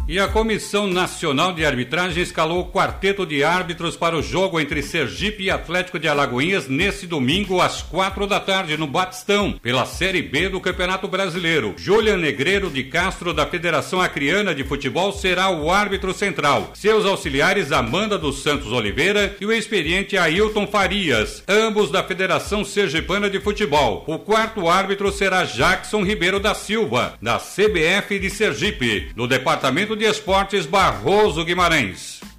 E a Comissão Nacional de Arbitragem escalou o quarteto de árbitros para o jogo entre Sergipe e Atlético de Alagoinhas nesse domingo às 4 da tarde no Batistão, pela Série B do Campeonato Brasileiro. Julian Negreiro de Castro, da Federação Acreana de Futebol, será o árbitro central. Seus auxiliares Amanda dos Santos Oliveira e o experiente Ailton Farias, ambos da Federação Sergipana de Futebol. O quarto árbitro será Jackson Ribeiro da Silva, da CBF de Sergipe, do Departamento de Esportes Barroso Guimarães.